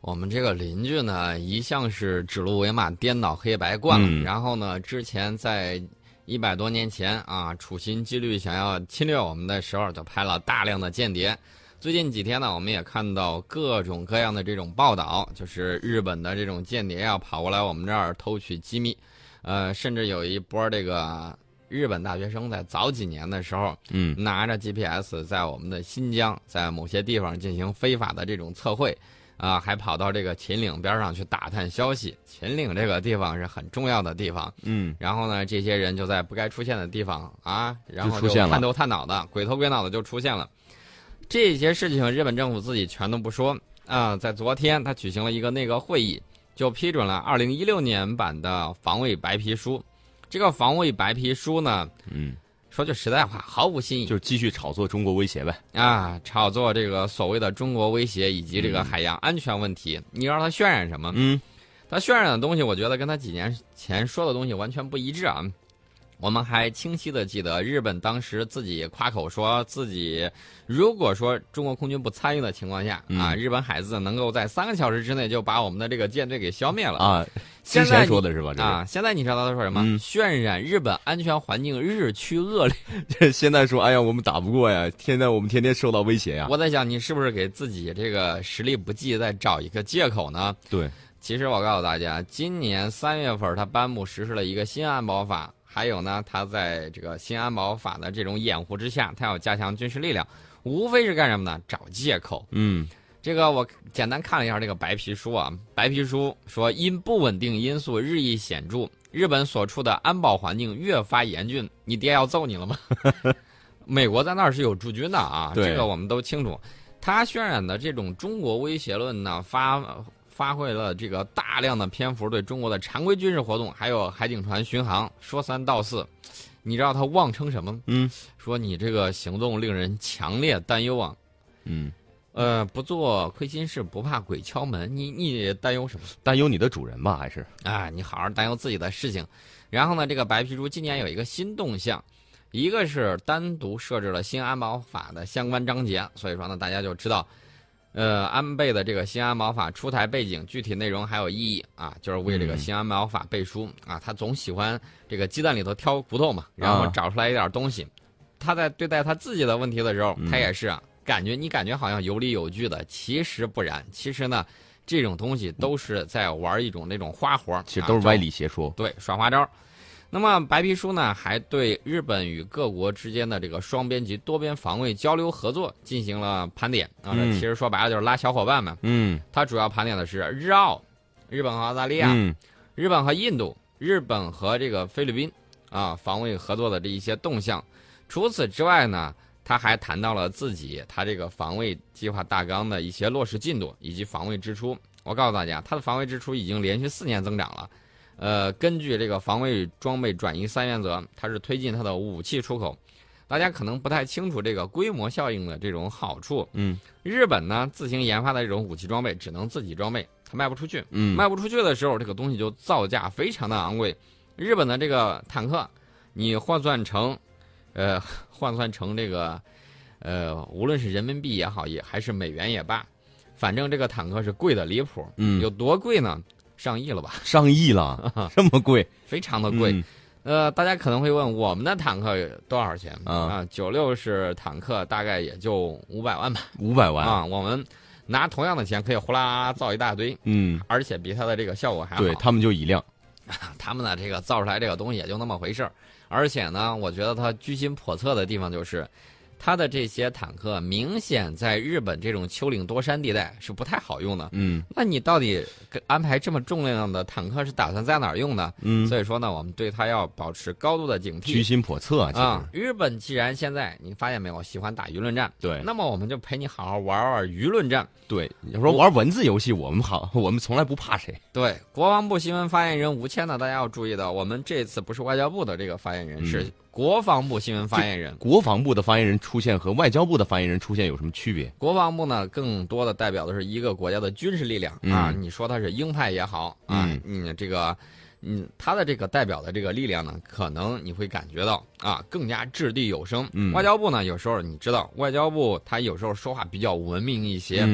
我们这个邻居呢，一向是指鹿为马、颠倒黑白惯了。然后呢，之前在100多年前啊，处心积虑想要侵略我们的时候，就派了大量的间谍。最近几天呢，我们也看到各种各样的这种报道，就是日本的这种间谍要跑过来我们这儿偷取机密，甚至有一波这个日本大学生在早几年的时候，拿着 GPS 在我们的新疆，在某些地方进行非法的这种测绘，还跑到这个秦岭边上去打探消息。秦岭这个地方是很重要的地方，然后呢，这些人就在不该出现的地方啊，然后就探头探脑的、鬼头鬼脑的就出现了。这些事情日本政府自己全都不说啊。在昨天，他举行了一个内阁会议，就批准了2016年版的防卫白皮书。这个防卫白皮书呢，说句实在话，毫无新意， 就是继续炒作中国威胁呗。 啊，炒作这个所谓的中国威胁以及这个海洋安全问题。你知道他渲染什么？他渲染的东西，我觉得跟他几年前说的东西完全不一致啊。我们还清晰的记得，日本当时自己夸口说自己，如果说中国空军不参与的情况下，日本海自能够在3个小时之内就把我们的这个舰队给消灭了啊。 之前说的是吧？ 现在你知道他说什么？渲染日本安全环境日趋恶劣。 现在说，哎呀，我们打不过呀，我们天天受到威胁呀。 我在想，你是不是给自己这个实力不济再找一个借口呢？ 对， 其实我告诉大家，今年3月份他颁布实施了一个新安保法。还有呢，他在这个新安保法的这种掩护之下，他要加强军事力量，无非是干什么呢？找借口。这个我简单看了一下这个白皮书啊，白皮书说，因不稳定因素日益显著，日本所处的安保环境越发严峻。你爹要揍你了吗？美国在那儿是有驻军的啊，这个我们都清楚。他渲染的这种中国威胁论呢，发挥了这个大量的篇幅对中国的常规军事活动，还有海警船巡航说3道4。你知道他妄称什么？说你这个行动令人强烈担忧啊。不做亏心事，不怕鬼敲门。你担忧什么？ 担忧你的主人吧，还是你好好担忧自己的事情。然后呢，这个白皮书今年有一个新动向，一个是单独设置了新安保法的相关章节，所以说呢，大家就知道。安倍的这个新安保法出台背景、具体内容还有意义啊，就是为这个新安保法背书啊。他总喜欢这个鸡蛋里头挑骨头嘛，然后找出来一点东西。他在对待他自己的问题的时候，他也是感觉好像有理有据的，其实不然。其实呢，这种东西都是在玩一种那种花活， 其实都是歪理邪说， 对，耍花招。那么白皮书呢，还对日本与各国之间的这个双边及多边防卫交流合作进行了盘点啊。其实说白了就是拉小伙伴们。它主要盘点的是日澳、日本和澳大利亚、日本和印度、日本和这个菲律宾防卫合作的这一些动向。除此之外呢，他还谈到了他这个防卫计划大纲的一些落实进度以及防卫支出。我告诉大家，他的防卫支出已经连续4年增长了。根据这个防卫装备转移3原则，它是推进它的武器出口。大家可能不太清楚这个规模效应的这种好处。日本呢自行研发的这种武器装备只能自己装备，它卖不出去。卖不出去的时候，这个东西就造价非常的昂贵。日本的这个坦克，你换算成这个无论是人民币也好，还是美元也罢，反正这个坦克是贵的离谱。有多贵呢？上亿了吧？ 上亿了，这么贵， 非常的贵。大家可能会问，我们的坦克多少钱？96式坦克大概也就500万吧。 500万啊！我们拿同样的钱可以呼啦造一大堆。而且比它的这个效果还好。 对他们就以量， 他们的这个造出来这个东西也就那么回事儿。而且呢，我觉得它居心叵测的地方就是。它的这些坦克明显在日本这种丘陵多山地带是不太好用的。那你到底安排这么重量的坦克是打算在哪儿用呢？所以说呢，我们对它要保持高度的警惕， 居心叵测啊。日本既然现在你发现没有喜欢打舆论战， 对， 那么我们就陪你好好玩舆论战。 对，你说玩文字游戏，我们从来不怕谁。 对，国防部新闻发言人吴谦呢，大家要注意到，我们这次不是外交部的这个发言人，是国防部新闻发言人。 国防部的发言人出现和外交部的发言人出现有什么区别？ 国防部呢，更多的代表的是一个国家的军事力量啊。你说它是鹰派也好啊，它的这个代表的这个力量呢，可能你会感觉到更加掷地有声。外交部呢，有时候你知道，外交部它有时候说话比较文明一些。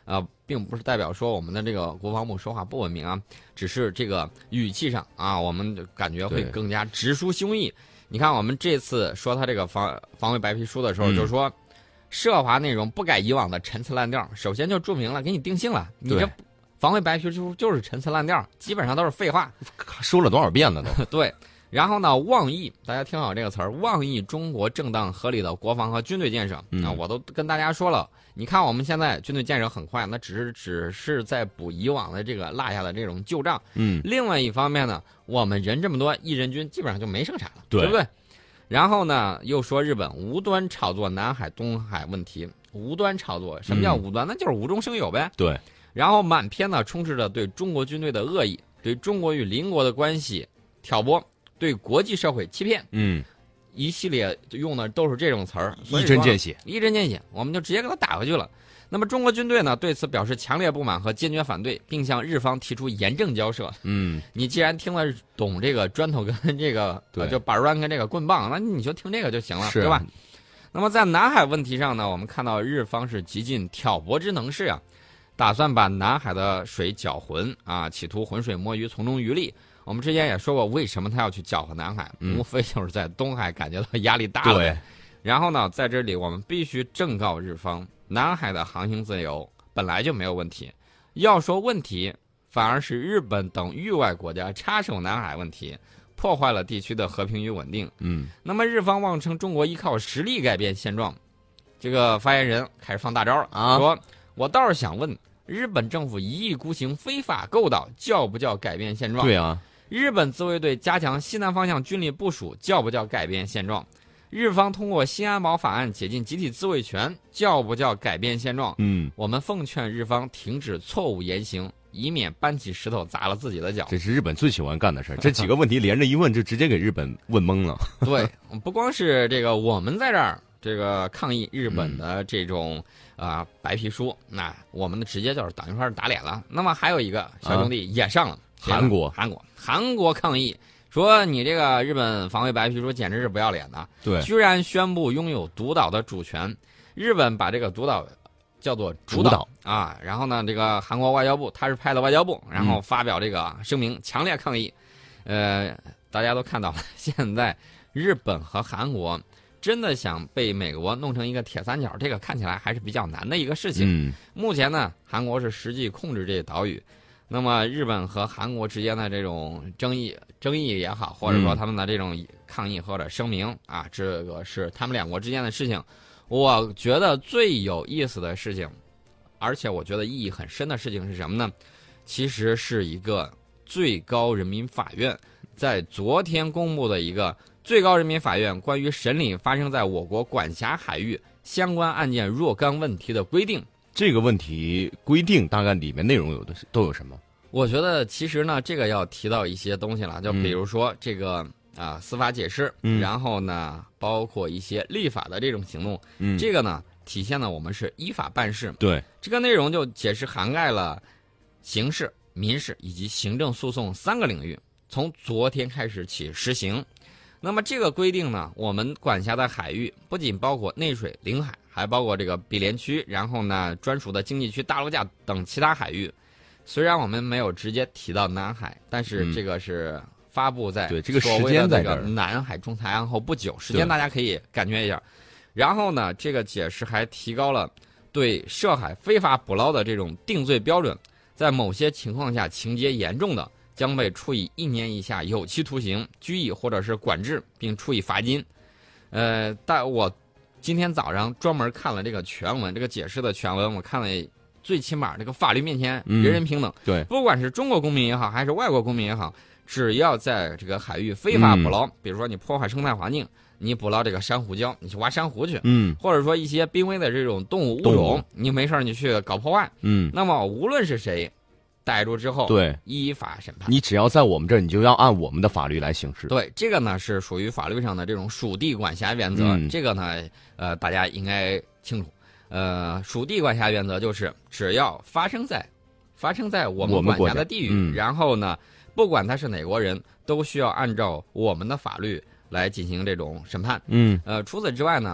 并不是代表说我们的这个国防部说话不文明啊，只是这个语气上啊，我们感觉会更加直抒胸臆。你看，我们这次说他这个防卫白皮书的时候，就说涉华内容不改以往的陈词滥调，首先就注明了，给你定性了，你这防卫白皮书就是陈词滥调，基本上都是废话， 说了多少遍了都。 对。然后呢，妄议，大家听好这个词儿，妄议中国正当合理的国防和军队建设。我都跟大家说了，你看我们现在军队建设很快，那只是在补以往的这个落下的这种旧账。另外一方面呢，我们人这么多，一人均基本上就没剩啥了，对不对？然后呢，又说日本无端炒作南海、东海问题，无端炒作，什么叫无端？那就是无中生有呗。 对。 然后满篇呢充斥着对中国军队的恶意，对中国与邻国的关系挑拨。对国际社会欺骗，一系列用的都是这种词儿， 一针见血， 我们就直接给他打回去了。那么中国军队呢，对此表示强烈不满和坚决反对，并向日方提出严正交涉。你既然听了懂这个砖头跟这个就板砖跟这个棍棒，那你就听这个就行了，对吧？那么在南海问题上呢，我们看到日方是极尽挑拨之能事啊，打算把南海的水搅浑啊，企图浑水摸鱼，从中渔利。我们之前也说过，为什么他要去搅和南海，无非就是在东海感觉到压力大了。 对。 然后呢，在这里我们必须正告日方，南海的航行自由本来就没有问题，要说问题，反而是日本等域外国家插手南海问题，破坏了地区的和平与稳定。那么日方妄称中国依靠实力改变现状，这个发言人开始放大招了啊，说我倒是想问，日本政府一意孤行，非法勾岛，叫不叫改变现状？ 对啊。 日本自卫队加强西南方向军力部署，叫不叫改变现状？日方通过新安保法案解禁集体自卫权，叫不叫改变现状？我们奉劝日方停止错误言行，以免搬起石头砸了自己的脚。 这是日本最喜欢干的事儿，这几个问题连着一问，就直接给日本问懵了。 对，不光是这个我们在这儿这个抗议日本的这种白皮书，那我们的直接就是等于说是打脸了。那么还有一个小兄弟也上了。韩国抗议说，你这个日本防卫白皮书简直是不要脸的， 对， 居然宣布拥有独岛的主权。日本把这个独岛叫做主岛啊，然后呢，这个韩国外交部他是派了外交部，然后发表这个声明，强烈抗议。大家都看到了，现在日本和韩国真的想被美国弄成一个铁三角，这个看起来还是比较难的一个事情。目前呢，韩国是实际控制这些岛屿。那么日本和韩国之间的这种争议也好，或者说他们的这种抗议或者声明啊，这个是他们两国之间的事情。我觉得最有意思的事情，而且我觉得意义很深的事情是什么呢？其实是一个最高人民法院在昨天公布的一个最高人民法院关于审理发生在我国管辖海域相关案件若干问题的规定。 这个问题规定大概里面内容都有什么？ 我觉得其实呢，这个要提到一些东西了，就比如说这个司法解释，然后呢，包括一些立法的这种行动，这个呢体现了我们是依法办事。 对， 这个内容就解释涵盖了刑事、民事以及行政诉讼3个领域，从昨天开始起实行。那么这个规定呢，我们管辖的海域不仅包括内水、领海，还包括这个毗连区，然后呢专属的经济区、大陆架等其他海域。虽然我们没有直接提到南海，但是这个是发布在对这个时间在这个南海仲裁案后不久，时间大家可以感觉一下。然后呢，这个解释还提高了对涉海非法捕捞的这种定罪标准，在某些情况下情节严重的，将被处以1年以下有期徒刑、拘役或者是管制，并处以罚金。但我今天早上专门看了这个全文，这个解释的全文，我看了。最起码这个法律面前人人平等， 对， 不管是中国公民也好，还是外国公民也好，只要在这个海域非法捕捞，比如说你破坏生态环境，你捕捞这个珊瑚礁，你去挖珊瑚去，或者说一些濒危的这种动物物种，你没事你去搞破坏，那么无论是谁，逮住之后， 对， 依法审判。 你只要在我们这儿，你就要按我们的法律来行事。 对，这个呢是属于法律上的这种属地管辖原则，这个呢，大家应该清楚。属地管辖原则就是只要发生在我们管辖的地域，然后呢，不管他是哪国人，都需要按照我们的法律来进行这种审判。除此之外呢，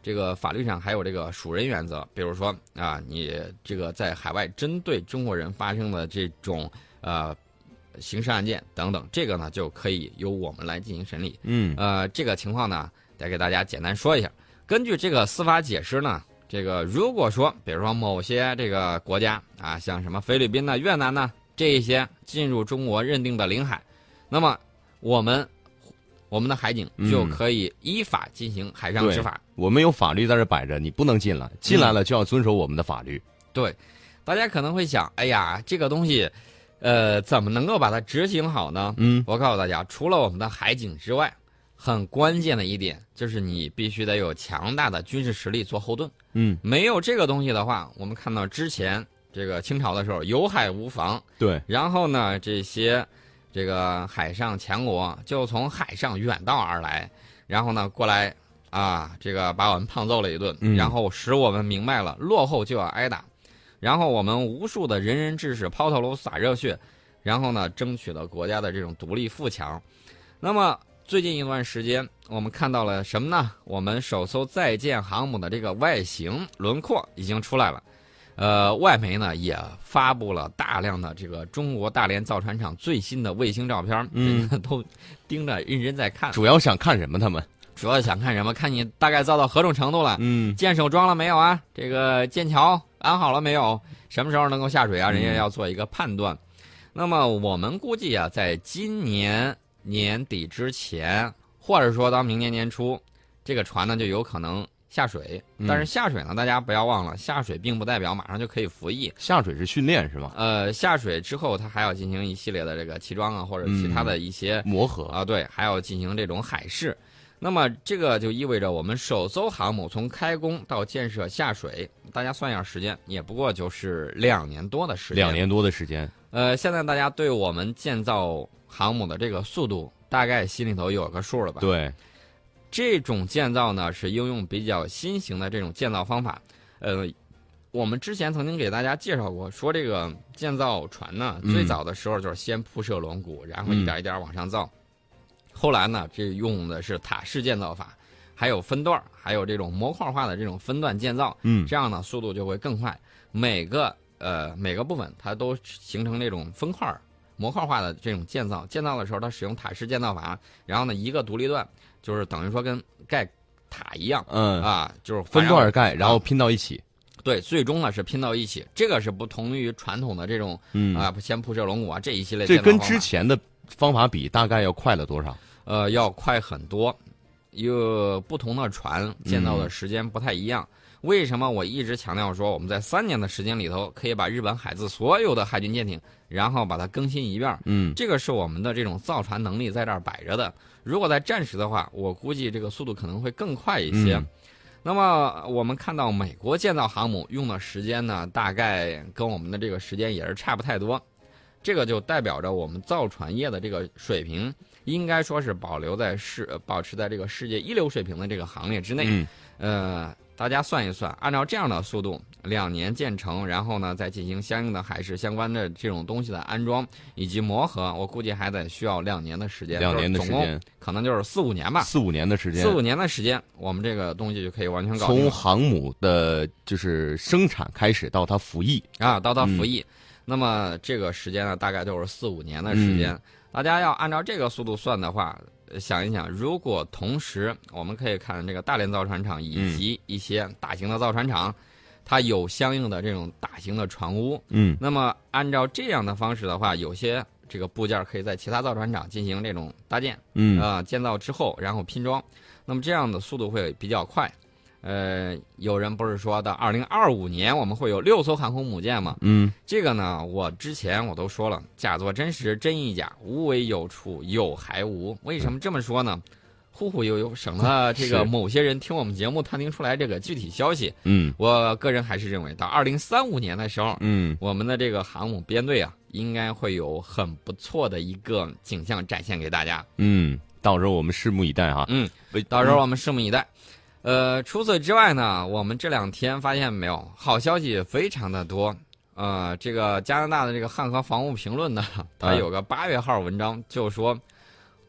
这个法律上还有这个属人原则，比如说啊，你这个在海外针对中国人发生的这种刑事案件等等，这个呢就可以由我们来进行审理。这个情况呢，得给大家简单说一下。根据这个司法解释呢，这个如果说，比如说某些这个国家啊，像什么菲律宾呢、越南呢这一些进入中国认定的领海，那么我们的海警就可以依法进行海上执法。 我们有法律在这摆着，你不能进来，进来了就要遵守我们的法律。 对，大家可能会想，哎呀，这个东西，怎么能够把它执行好呢？我告诉大家，除了我们的海警之外，很关键的一点就是你必须得有强大的军事实力做后盾。没有这个东西的话，我们看到之前这个清朝的时候有海无防， 对， 然后呢，这些这个海上强国就从海上远道而来，然后呢过来啊，这个把我们胖揍了一顿，然后使我们明白了落后就要挨打，然后我们无数的仁人志士抛头颅洒热血，然后呢争取了国家的这种独立富强。那么最近一段时间我们看到了什么呢？我们首艘在建航母的这个外形轮廓已经出来了。外媒呢也发布了大量的这个中国大连造船厂最新的卫星照片，都盯着认真在看。 主要想看什么？他们主要想看什么？看你大概造到何种程度了？舰首装了没有啊？这个舰桥安好了没有？什么时候能够下水啊？人家要做一个判断。那么我们估计啊，在今年年底之前，或者说到明年年初，这个船呢就有可能下水。但是下水呢，大家不要忘了，下水并不代表马上就可以服役。 下水是训练是吧？ 下水之后，它还要进行一系列的这个气装啊，或者其他的一些磨合啊，对，还要进行这种海试。那么这个就意味着我们首艘航母从开工到建设下水，大家算一下时间，也不过就是2年多的时间。 2年多的时间。 现在大家对我们建造航母的这个速度，大概心里头有个数了吧？ 对。 这种建造呢，是应用比较新型的这种建造方法。我们之前曾经给大家介绍过，说这个建造船呢，最早的时候就是先铺设轮毂，然后一点一点往上造。后来呢，这用的是塔式建造法，还有分段，还有这种模块化的这种分段建造。这样呢，速度就会更快。每个部分它都形成这种分块模块化的这种建造。建造的时候，它使用塔式建造法，然后呢，一个独立段就是等于说跟盖塔一样，就是分段盖，然后拼到一起。 对，最终呢是拼到一起。这个是不同于传统的这种先铺设轮毂啊这一系列建造方法。 这跟之前的方法比，大概要快了多少？ 要快很多。不同的船建造的时间不太一样。为什么我一直强调说我们在3年的时间里头可以把日本海自所有的海军舰艇，然后把它更新一遍？这个是我们的这种造船能力在这儿摆着的。如果在战时的话，我估计这个速度可能会更快一些。那么我们看到美国建造航母用的时间呢，大概跟我们的这个时间也是差不太多。这个就代表着我们造船业的这个水平，应该说是保持在这个世界一流水平的这个行列之内。大家算一算，按照这样的速度，2年建成，然后呢再进行相应的海事相关的这种东西的安装以及磨合，我估计还得需要2年的时间。 2年的时间，总共可能就是4-5年吧。 4-5年的时间。 4-5年的时间，我们这个东西就可以完全搞定。 从航母的就是生产开始到它服役到它服役，那么这个时间呢，大概就是4-5年的时间。大家要按照这个速度算的话，想一想，如果同时我们可以看这个大连造船厂以及一些大型的造船厂，它有相应的这种大型的船坞。那么按照这样的方式的话，有些这个部件可以在其他造船厂进行这种搭建。建造之后然后拼装，那么这样的速度会比较快。有人不是说到2025年我们会有6艘航空母舰吗？这个呢，我之前我都说了，假作真实，真亦假，无为有处，有还无。为什么这么说呢？忽忽悠悠，省了这个某些人听我们节目探听出来这个具体消息。我个人还是认为，到2035年的时候，我们的这个航母编队啊，应该会有很不错的一个景象展现给大家。 到时候我们拭目以待哈。 到时候我们拭目以待。除此之外呢，我们这2天发现没有，好消息非常的多。这个加拿大的这个汉和防务评论呢，它有个8月号文章，就说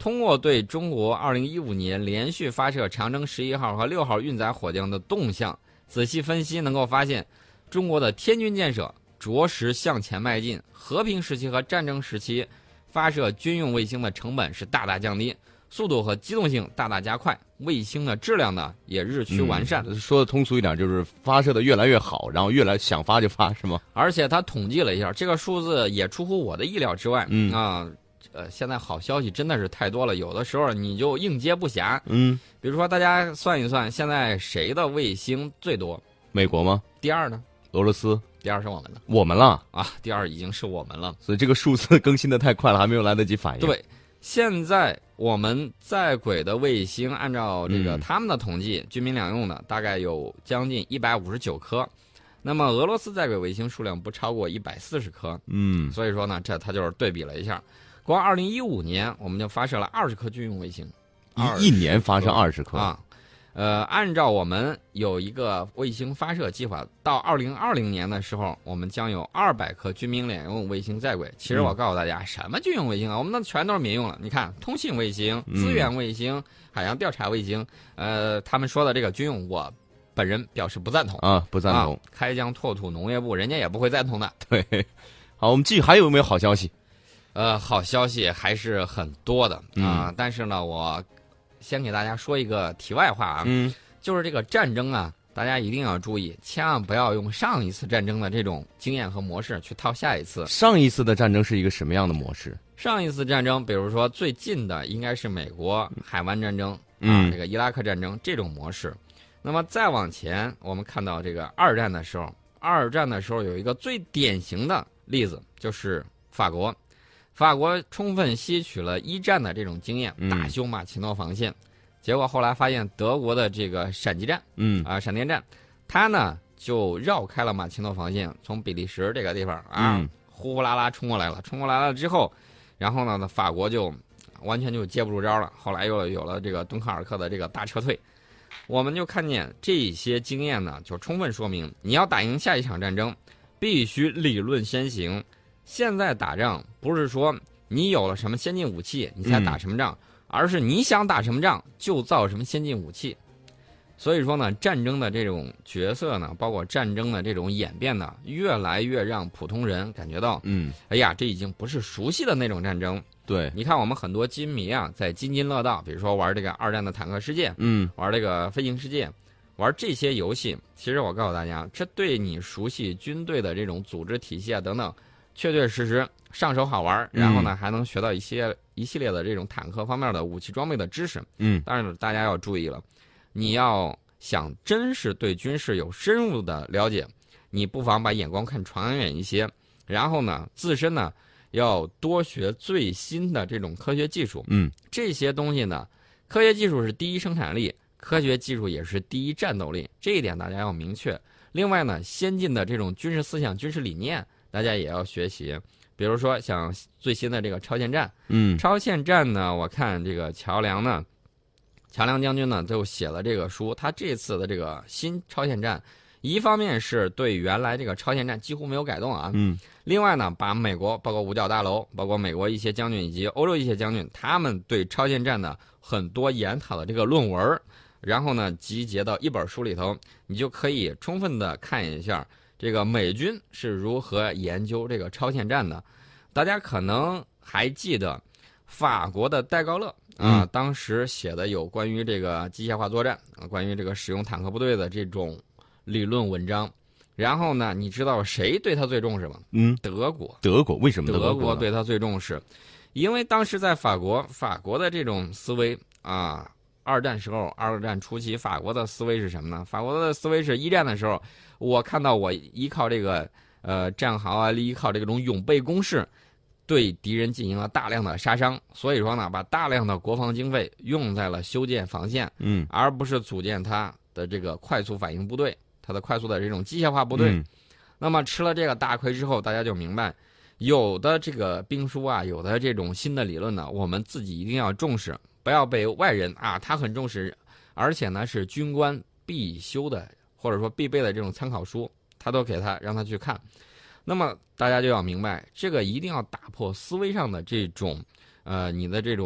通过对中国2015年连续发射长征11号和6号运载火箭的动向仔细分析，能够发现中国的天军建设着实向前迈进。和平时期和战争时期发射军用卫星的成本是大大降低，速度和机动性大大加快，卫星的质量呢也日趋完善。 说的通俗一点，就是发射的越来越好，然后越来想发就发，是吗？ 而且他统计了一下，这个数字也出乎我的意料之外。现在好消息真的是太多了，有的时候你就应接不暇。比如说大家算一算，现在谁的卫星最多？ 美国吗？ 第二呢？ 俄罗斯。 第二是我们的。 我们了啊！第二已经是我们了。 所以这个数字更新的太快了，还没有来得及反应。 对，现在我们在轨的卫星，按照这个他们的统计，军民两用的大概有将近159颗。那么俄罗斯在轨卫星数量不超过140颗。所以说呢，它就是对比了一下。光2015年我们就发射了20颗军用卫星， 一年发射20颗啊。按照我们有一个卫星发射计划，到2020年的时候，我们将有200颗军民两用卫星在轨。其实我告诉大家，什么军用卫星啊？我们那全都是民用了。你看，通信卫星、资源卫星、海洋调查卫星，他们说的这个军用，我本人表示不赞同啊，不赞同。 开疆拓土农业部人家也不会赞同的。 对，好，我们继续，还有没有好消息？ 好消息还是很多的啊，但是呢，我先给大家说一个题外话啊，就是这个战争啊，大家一定要注意，千万不要用上一次战争的这种经验和模式去套下一次。 上一次的战争是一个什么样的模式？ 上一次战争，比如说最近的应该是美国海湾战争这个伊拉克战争这种模式。那么再往前，我们看到这个二战的时候有一个最典型的例子，就是法国。法国充分吸取了一战的这种经验，大修马奇诺防线，结果后来发现德国的这个闪击战，闪电战，它呢就绕开了马奇诺防线，从比利时这个地方呼呼啦啦冲过来了之后，然后呢法国就完全就接不住招了，后来又有了这个敦刻尔克的这个大撤退。我们就看见这些经验呢，就充分说明你要打赢下一场战争，必须理论先行。现在打仗不是说你有了什么先进武器你才打什么仗，而是你想打什么仗就造什么先进武器。所以说呢，战争的这种角色呢，包括战争的这种演变呢，越来越让普通人感觉到，哎呀，这已经不是熟悉的那种战争。 对， 你看我们很多军迷啊，在津津乐道，比如说玩这个二战的坦克世界，玩这个飞行世界，玩这些游戏，其实我告诉大家，这对你熟悉军队的这种组织体系啊等等，确确实实上手好玩，然后呢还能学到一系列的这种坦克方面的武器装备的知识。但是大家要注意了，你要想真是对军事有深入的了解，你不妨把眼光看长远一些，然后呢自身呢要多学最新的这种科学技术。这些东西呢，科学技术是第一生产力，科学技术也是第一战斗力，这一点大家要明确。另外呢，先进的这种军事思想、军事理念，大家也要学习。比如说像最新的这个超限战，超限战呢，我看这个乔梁将军呢就写了这个书，他这次的这个新超限战，一方面是对原来这个超限战几乎没有改动啊，另外呢，把美国包括五角大楼，包括美国一些将军以及欧洲一些将军，他们对超限战的很多研讨的这个论文，然后呢集结到一本书里头，你就可以充分的看一下这个美军是如何研究这个超限战的。大家可能还记得法国的戴高乐当时写的有关于这个机械化作战关于这个使用坦克部队的这种理论文章。然后呢，你知道谁对他最重视吗？德国。德国为什么德国对他最重视？因为当时在法国的这种思维啊，二战初期法国的思维是什么呢？法国的思维是一战的时候，我看到我依靠这个战壕啊，依靠这种永备工事，对敌人进行了大量的杀伤，所以说呢，把大量的国防经费用在了修建防线，而不是组建它的这个快速反应部队，它的快速的这种机械化部队。那么吃了这个大亏之后，大家就明白，有的这个兵书啊，有的这种新的理论呢，我们自己一定要重视，不要被外人他很重视，而且呢是军官必修的或者说必备的这种参考书，他都给他让他去看。那么大家就要明白，这个一定要打破思维上的这种你的这种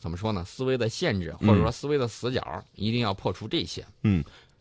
怎么说呢？思维的限制，或者说思维的死角，一定要破除这些。